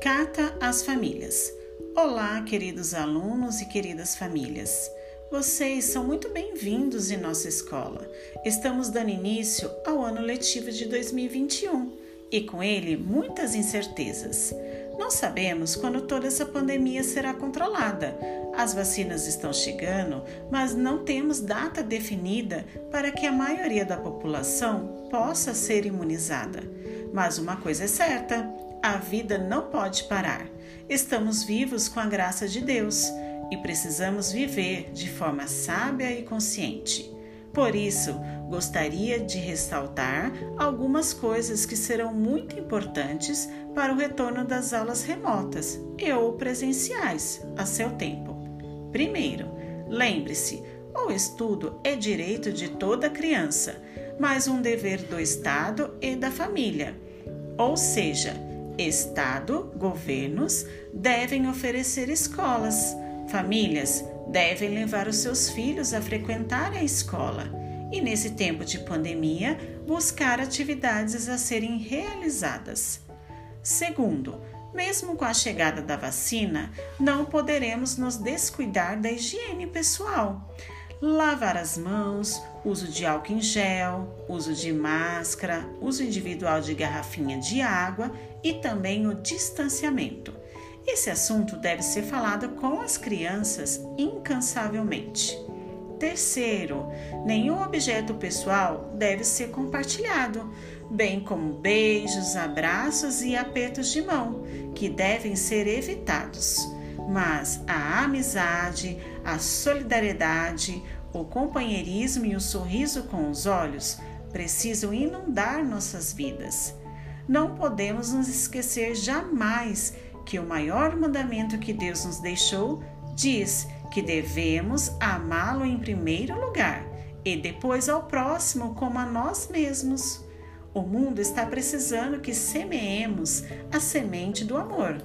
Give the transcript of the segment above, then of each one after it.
Carta às famílias. Olá, queridos alunos e queridas famílias. Vocês são muito bem-vindos em nossa escola. Estamos dando início ao ano letivo de 2021 e com ele muitas incertezas. Não sabemos quando toda essa pandemia será controlada. As vacinas estão chegando, mas não temos data definida para que a maioria da população possa ser imunizada. Mas uma coisa é certa: a vida não pode parar. Estamos vivos com a graça de Deus e precisamos viver de forma sábia e consciente. Por isso, gostaria de ressaltar algumas coisas que serão muito importantes para o retorno das aulas remotas ou presenciais a seu tempo. Primeiro, lembre-se, o estudo é direito de toda criança, mas um dever do Estado e da família. Ou seja, Estado, governos devem oferecer escolas, famílias devem levar os seus filhos a frequentar a escola e, nesse tempo de pandemia, buscar atividades a serem realizadas. Segundo, mesmo com a chegada da vacina, não poderemos nos descuidar da higiene pessoal. Lavar as mãos, uso de álcool em gel, uso de máscara, uso individual de garrafinha de água e também o distanciamento. Esse assunto deve ser falado com as crianças incansavelmente. Terceiro, nenhum objeto pessoal deve ser compartilhado, bem como beijos, abraços e apertos de mão, que devem ser evitados. Mas a amizade, a solidariedade, o companheirismo e o sorriso com os olhos precisam inundar nossas vidas. Não podemos nos esquecer jamais que o maior mandamento que Deus nos deixou diz que devemos amá-lo em primeiro lugar e depois ao próximo como a nós mesmos. O mundo está precisando que semeemos a semente do amor.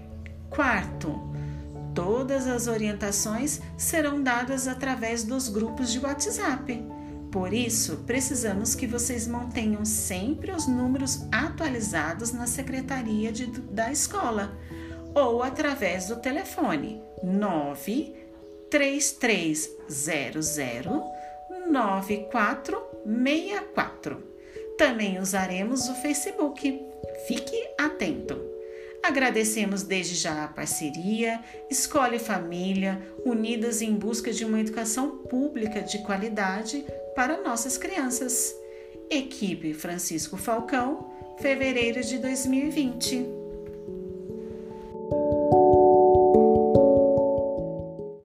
Quarto, todas as orientações serão dadas através dos grupos de WhatsApp. Por isso, precisamos que vocês mantenham sempre os números atualizados na secretaria da escola ou através do telefone 933009464. Também usaremos o Facebook. Fique atento! Agradecemos desde já a parceria Escola e Família, unidas em busca de uma educação pública de qualidade para nossas crianças. Equipe Francisco Falcão, fevereiro de 2020.